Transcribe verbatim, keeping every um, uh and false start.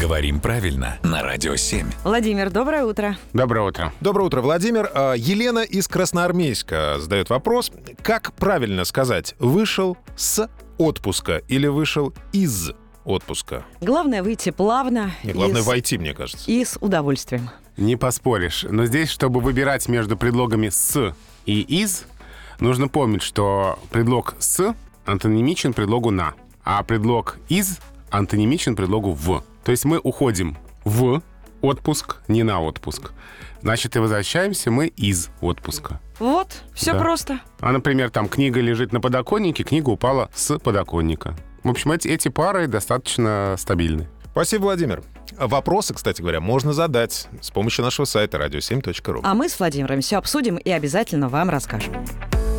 Говорим правильно на Радио семь. Владимир, доброе утро. Доброе утро. Доброе утро, Владимир. А, Елена из Красноармейска задает вопрос. Как правильно сказать «вышел с отпуска» или «вышел из отпуска»? Главное выйти плавно. Не, главное и с- войти, мне кажется. И с удовольствием. Не поспоришь. Но здесь, чтобы выбирать между предлогами «с» и «из», нужно помнить, что предлог «с» антонимичен предлогу «на», а предлог «из» антонимичен предлогу «в». То есть мы уходим в отпуск, не на отпуск. Значит, и возвращаемся мы из отпуска. Вот, все Да. просто. А, например, там книга лежит на подоконнике, книга упала с подоконника. В общем, эти, эти пары достаточно стабильны. Спасибо, Владимир. Вопросы, кстати говоря, можно задать с помощью нашего сайта радио семь точка ру. А мы с Владимиром все обсудим и обязательно вам расскажем.